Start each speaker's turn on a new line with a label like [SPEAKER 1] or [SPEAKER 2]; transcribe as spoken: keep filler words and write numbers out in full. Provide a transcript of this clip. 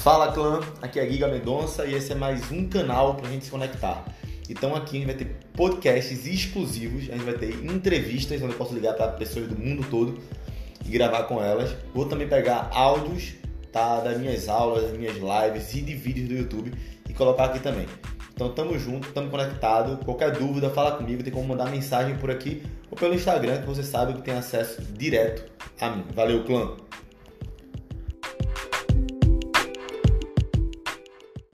[SPEAKER 1] Fala clã, aqui é Giga Mendonça e esse é mais um canal para a gente se conectar. Então aqui a gente vai ter podcasts exclusivos, a gente vai ter entrevistas onde eu posso ligar para pessoas do mundo todo e gravar com elas. Vou também pegar áudios, tá, das minhas aulas, das minhas lives e de vídeos do YouTube e colocar aqui também. Então tamo junto, tamo conectado. Qualquer dúvida, fala comigo, tem como mandar mensagem por aqui ou pelo Instagram, que você sabe que tem acesso direto a mim. Valeu, clã!